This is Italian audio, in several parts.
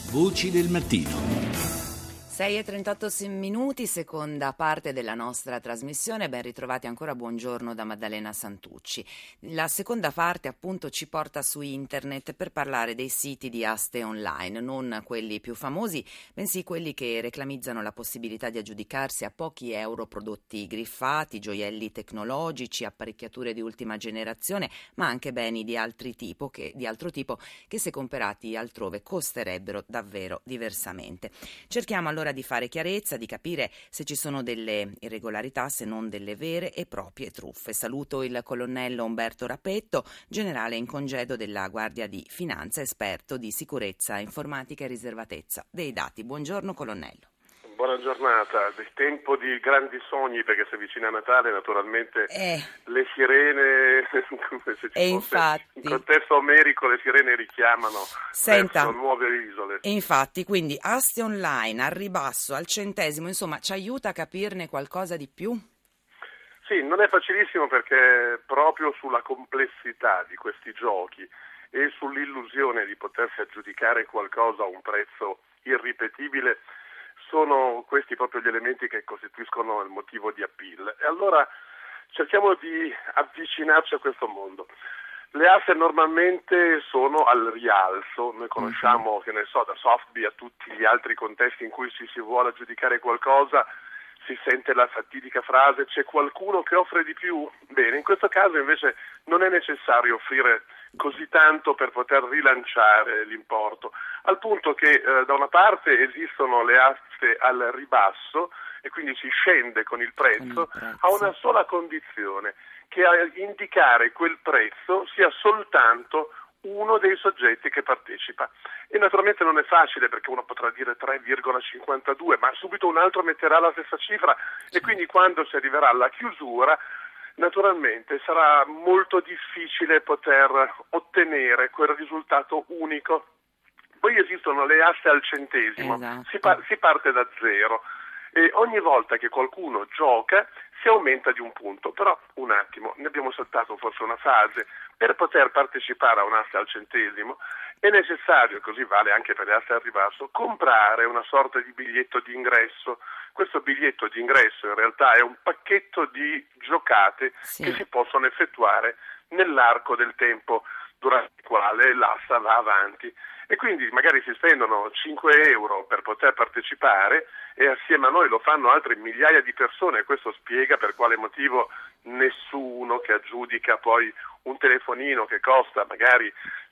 Voci del mattino. 6:38 minuti, seconda parte della nostra trasmissione. Ben ritrovati ancora, buongiorno da Maddalena Santucci. La seconda parte appunto ci porta su internet per parlare dei siti di aste online, non quelli più famosi, bensì quelli che reclamizzano la possibilità di aggiudicarsi a pochi euro prodotti griffati, gioielli tecnologici, apparecchiature di ultima generazione, ma anche beni di altro tipo che se comprati altrove costerebbero davvero diversamente. Cerchiamo allora di fare chiarezza, di capire se ci sono delle irregolarità, se non delle vere e proprie truffe. Saluto il colonnello Umberto Rapetto, generale in congedo della Guardia di Finanza, esperto di sicurezza informatica e riservatezza dei dati. Buongiorno colonnello. Buona giornata, del tempo di grandi sogni, perché si avvicina Natale, naturalmente le sirene, come se ci fosse infatti, in contesto omerico, le sirene richiamano verso nuove isole. E infatti, quindi aste online al ribasso, al centesimo, insomma, ci aiuta a capirne qualcosa di più? Sì, non è facilissimo perché proprio sulla complessità di questi giochi e sull'illusione di potersi aggiudicare qualcosa a un prezzo irripetibile sono questi proprio gli elementi che costituiscono il motivo di appeal. E allora cerchiamo di avvicinarci a questo mondo. Le aste normalmente sono al rialzo, noi conosciamo, che ne so, da Sotheby a tutti gli altri contesti in cui si vuole aggiudicare qualcosa, si sente la fatidica frase c'è qualcuno che offre di più? Bene, in questo caso invece non è necessario offrire così tanto per poter rilanciare l'importo, al punto che da una parte esistono le aste al ribasso e quindi si scende con il prezzo a una sola condizione, che a indicare quel prezzo sia soltanto uno dei soggetti che partecipa. E naturalmente non è facile, perché uno potrà dire 3,52, ma subito un altro metterà la stessa cifra e quindi quando si arriverà alla chiusura naturalmente sarà molto difficile poter ottenere quel risultato unico. Poi esistono le aste al centesimo, si parte da zero e ogni volta che qualcuno gioca si aumenta di un punto, però un attimo, ne abbiamo saltato forse una fase. Per poter partecipare a un'aste al centesimo è necessario, così vale anche per le aste al ribasso, comprare una sorta di biglietto di ingresso. Questo biglietto di ingresso in realtà è un pacchetto di giocate che si possono effettuare nell'arco del tempo durante il quale l'asta va avanti. E quindi magari si spendono 5 euro per poter partecipare e assieme a noi lo fanno altre migliaia di persone, e questo spiega per quale motivo nessuno che aggiudica poi un telefonino che costa magari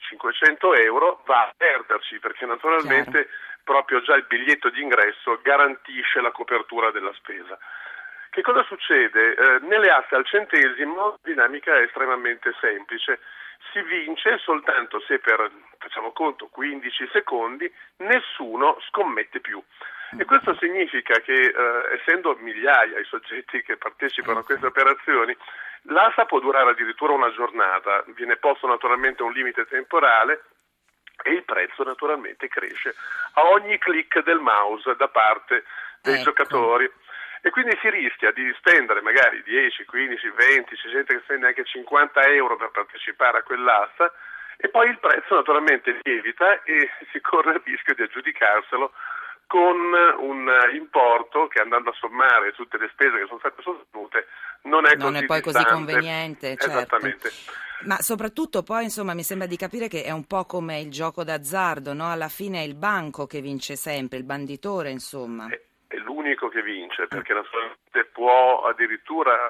500 euro va a perderci, perché naturalmente proprio già il biglietto di ingresso garantisce la copertura della spesa. Che cosa succede? Nelle aste al centesimo la dinamica è estremamente semplice. Si vince soltanto se per, facciamo conto, 15 secondi nessuno scommette più. E questo significa che, essendo migliaia i soggetti che partecipano a queste operazioni, l'asta può durare addirittura una giornata, viene posto naturalmente un limite temporale e il prezzo naturalmente cresce a ogni click del mouse da parte dei giocatori. E quindi si rischia di spendere magari 10, 15, 20, c'è gente che spende anche 50 euro per partecipare a quell'asta e poi il prezzo naturalmente lievita e si corre il rischio di aggiudicarselo con un importo che, andando a sommare tutte le spese che sono state sostenute, non è poi così conveniente. Esattamente. Certo. Ma soprattutto poi, insomma, mi sembra di capire che è un po' come il gioco d'azzardo, no? Alla fine è il banco che vince sempre, il banditore, insomma. È l'unico che vince, perché naturalmente può addirittura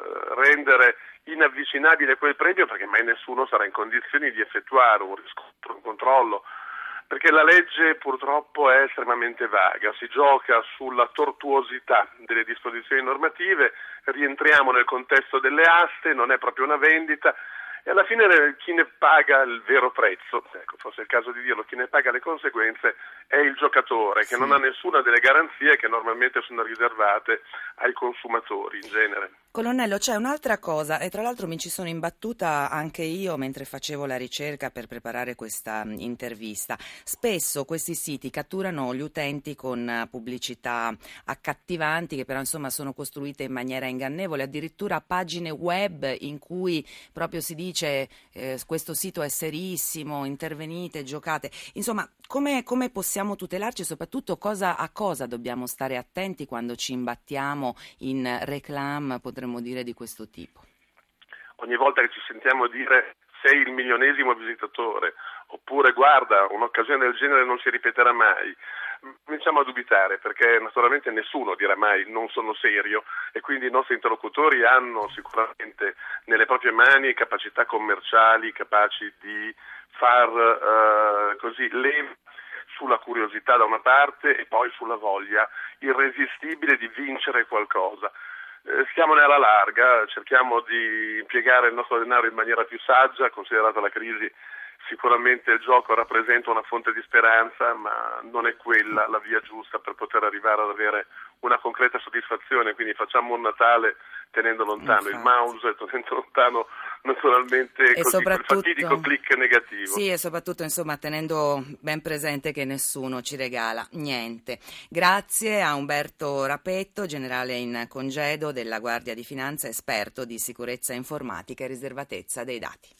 rendere inavvicinabile quel premio, perché mai nessuno sarà in condizioni di effettuare un riscontro, un controllo, perché la legge purtroppo è estremamente vaga, si gioca sulla tortuosità delle disposizioni normative, rientriamo nel contesto delle aste, non è proprio una vendita, e alla fine chi ne paga il vero prezzo, ecco, forse è il caso di dirlo, chi ne paga le conseguenze è il giocatore, che non ha nessuna delle garanzie che normalmente sono riservate ai consumatori in genere. Colonnello, c'è un'altra cosa, e tra l'altro mi ci sono imbattuta anche io mentre facevo la ricerca per preparare questa intervista. Spesso questi siti catturano gli utenti con pubblicità accattivanti, che però insomma sono costruite in maniera ingannevole, addirittura pagine web in cui proprio si dice questo sito è serissimo, intervenite, giocate. Insomma, come possiamo tutelarci e soprattutto a cosa dobbiamo stare attenti quando ci imbattiamo in reclame, potremmo dire, di questo tipo? Ogni volta che ci sentiamo dire sei il milionesimo visitatore, oppure guarda, un'occasione del genere non si ripeterà mai, cominciamo a dubitare, perché naturalmente nessuno dirà mai non sono serio, e quindi i nostri interlocutori hanno sicuramente nelle proprie mani capacità commerciali capaci di far così leva sulla curiosità da una parte e poi sulla voglia irresistibile di vincere qualcosa. Stiamone alla larga, cerchiamo di impiegare il nostro denaro in maniera più saggia, considerata la crisi. Sicuramente il gioco rappresenta una fonte di speranza, ma non è quella la via giusta per poter arrivare ad avere una concreta soddisfazione, quindi facciamo un Natale tenendo lontano il mouse e tenendo lontano naturalmente così quel fatidico click negativo. Sì, e soprattutto insomma tenendo ben presente che nessuno ci regala niente. Grazie a Umberto Rapetto, generale in congedo della Guardia di Finanza, esperto di sicurezza informatica e riservatezza dei dati.